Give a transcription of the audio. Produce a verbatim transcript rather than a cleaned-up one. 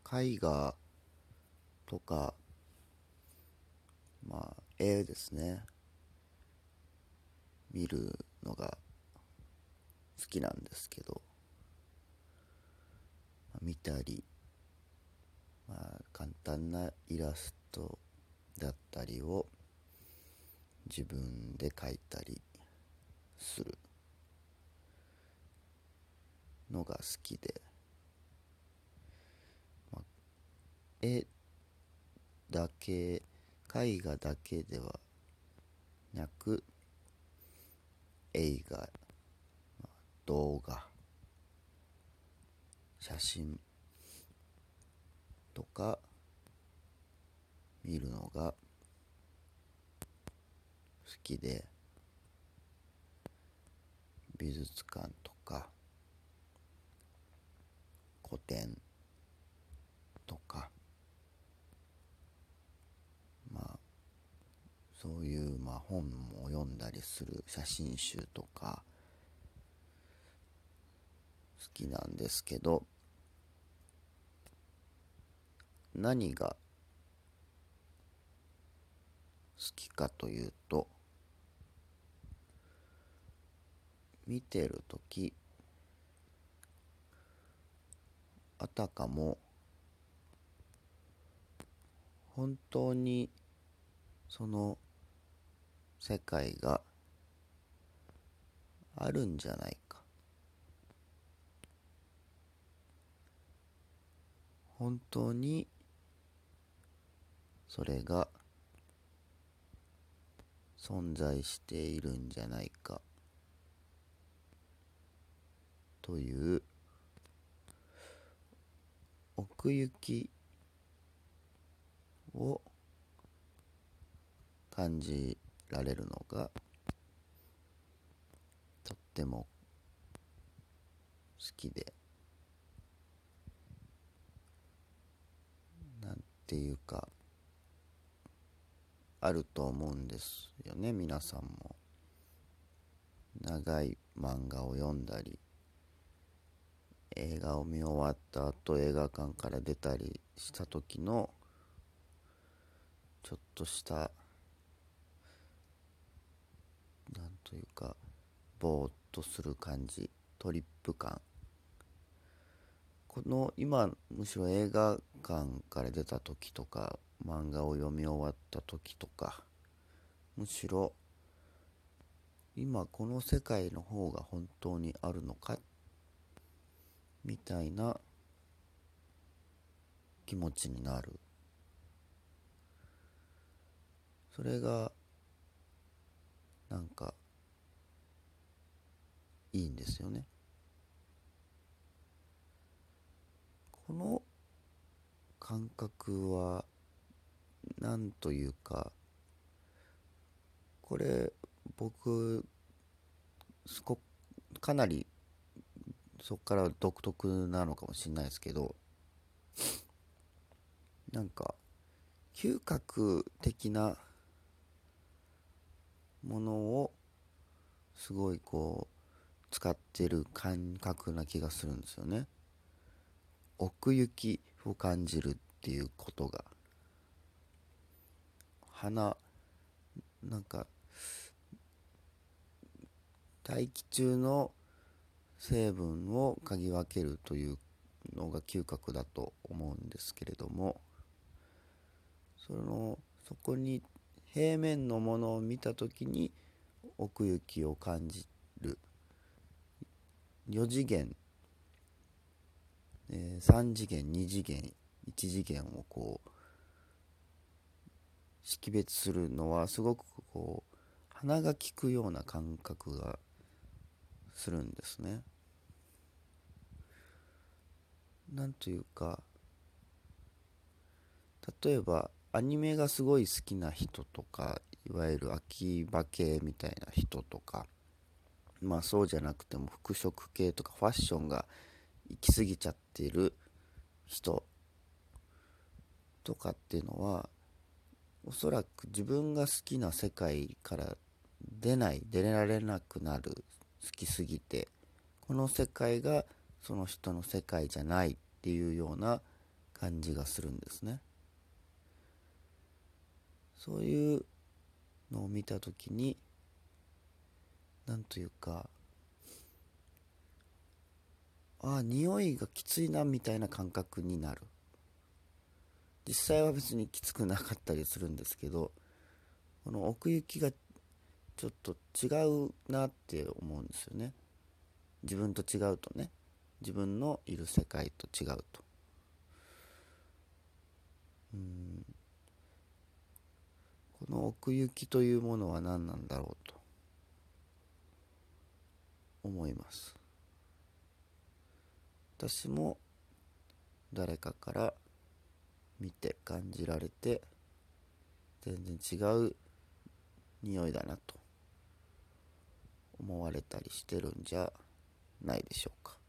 絵画とか、まあ絵ですね、見るのが好きなんですけど、まあ見たり、まあ簡単なイラストだったりを自分で描いたりするのが好きで、まあ、絵だけ、絵画だけではなく、映画、動画、写真とか見るのが好きで、美術館とか古典とか、まあそういうまあ本も読んだりする写真集とか好きなんですけど、何が好きかというと、見てるとき、あたかも本当にその世界があるんじゃないか、本当にそれが存在しているんじゃないかという奥行きを感じられるのがとっても好きで、なんていうかあると思うんですよね。皆さんも長い漫画を読んだり、映画を見終わった後映画館から出たりした時のちょっとしたなんというかぼーっとする感じ、トリップ感、この今むしろ映画館から出た時とか漫画を読み終わった時とか、むしろ今この世界の方が本当にあるのかみたいな気持ちになる。それがなんかいいんですよね。この感覚はなんというか、これ僕すこかなりそこから独特なのかもしれないですけど、なんか嗅覚的なものをすごいこう使ってる感覚な気がするんですよね。奥行きを感じるっていうことが、鼻、なんか大気中の成分を嗅ぎ分けるというのが嗅覚だと思うんですけれども、そのそこに平面のものを見たときに奥行きを感じる。よ次元、えー、さん次元、に次元、いち次元をこう識別するのはすごくこう鼻が利くような感覚がするんですね。なんというか、例えばアニメがすごい好きな人とか、いわゆる秋葉系みたいな人とか、まあそうじゃなくても服飾系とかファッションが行き過ぎちゃっている人とかっていうのは、おそらく自分が好きな世界から出ない出られなくなる、好きすぎてこの世界がその人の世界じゃないっていうような感じがするんですね。そういうのを見たときに、なんというか、ああ匂いがきついなみたいな感覚になる。実際は別にきつくなかったりするんですけど、この奥行きがちょっと違うなって思うんですよね。自分と違うとね、自分のいる世界と違うと。うーんこの奥行きというものは何なんだろうと思います。私も誰かから見て感じられて、全然違う匂いだなと思われたりしてるんじゃないでしょうか。